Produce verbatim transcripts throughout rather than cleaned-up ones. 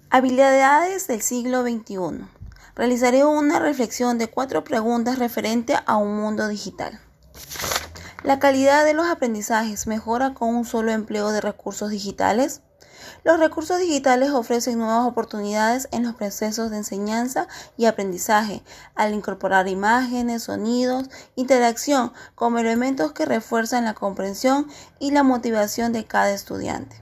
Habilidades del siglo veintiuno. Realizaré una reflexión de cuatro preguntas referente a un mundo digital. ¿La calidad de los aprendizajes mejora con un solo empleo de recursos digitales? Los recursos digitales ofrecen nuevas oportunidades en los procesos de enseñanza y aprendizaje, al incorporar imágenes, sonidos, interacción como elementos que refuerzan la comprensión y la motivación de cada estudiante.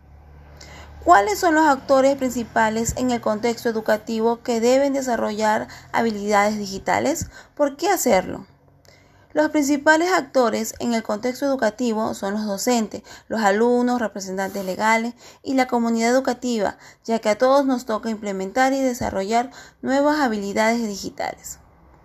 ¿Cuáles son los actores principales en el contexto educativo que deben desarrollar habilidades digitales? ¿Por qué hacerlo? Los principales actores en el contexto educativo son los docentes, los alumnos, representantes legales y la comunidad educativa, ya que a todos nos toca implementar y desarrollar nuevas habilidades digitales.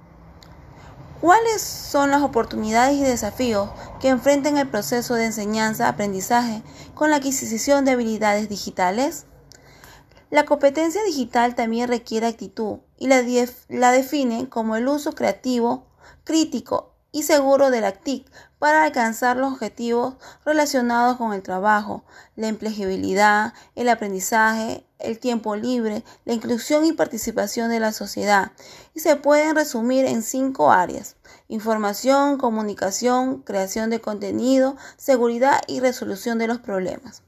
¿Cuáles son las oportunidades y desafíos que enfrentan el proceso de enseñanza-aprendizaje con la adquisición de habilidades digitales? La competencia digital también requiere actitud y la, def- la define como el uso creativo, crítico y seguro de la T I C para alcanzar los objetivos relacionados con el trabajo, la empleabilidad, el aprendizaje, el tiempo libre, la inclusión y participación de la sociedad, y se pueden resumir en cinco áreas: información, comunicación, creación de contenido, seguridad y resolución de los problemas.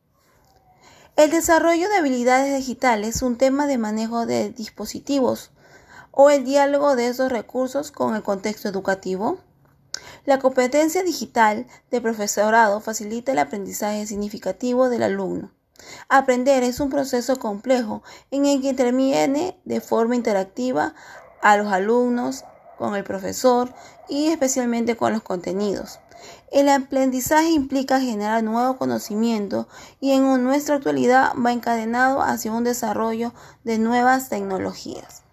El desarrollo de habilidades digitales es un tema de manejo de dispositivos o el diálogo de esos recursos con el contexto educativo. La competencia digital de profesorado facilita el aprendizaje significativo del alumno. Aprender es un proceso complejo en el que interviene de forma interactiva a los alumnos, con el profesor y especialmente con los contenidos. El aprendizaje implica generar nuevo conocimiento y en nuestra actualidad va encadenado hacia un desarrollo de nuevas tecnologías.